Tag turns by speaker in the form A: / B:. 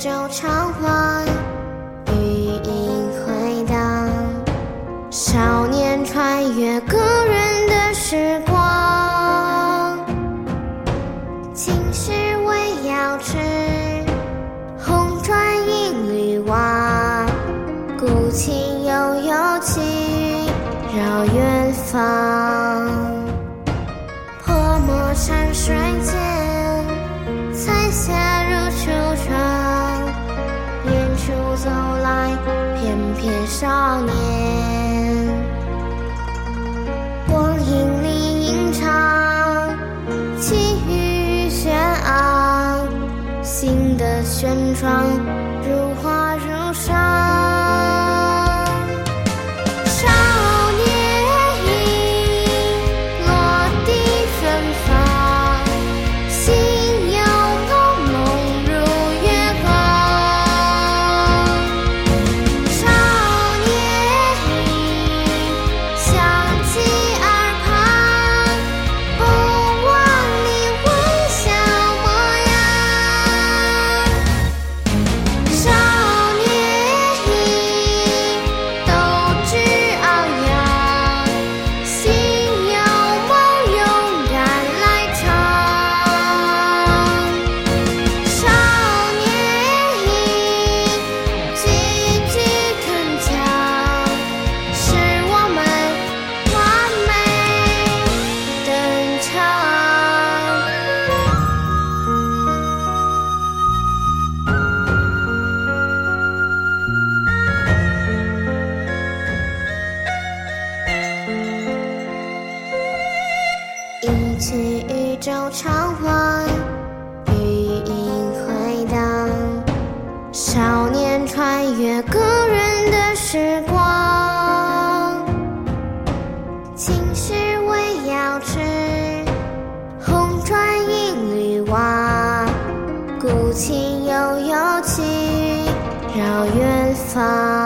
A: 宙偿还，余音回荡。少年穿越个人的时光，青石为瑶池，红砖映绿瓦。古琴悠悠起，绕远方。泼墨山水间，彩霞如初霜。远处走来翩翩少年，光阴里吟唱，气宇轩昂。心的旋转，如花如裳。一曲宇宙偿还，余音回荡。少年穿越个人的时光，青石为瑶池，红砖映绿瓦。古琴悠悠起，绕远方。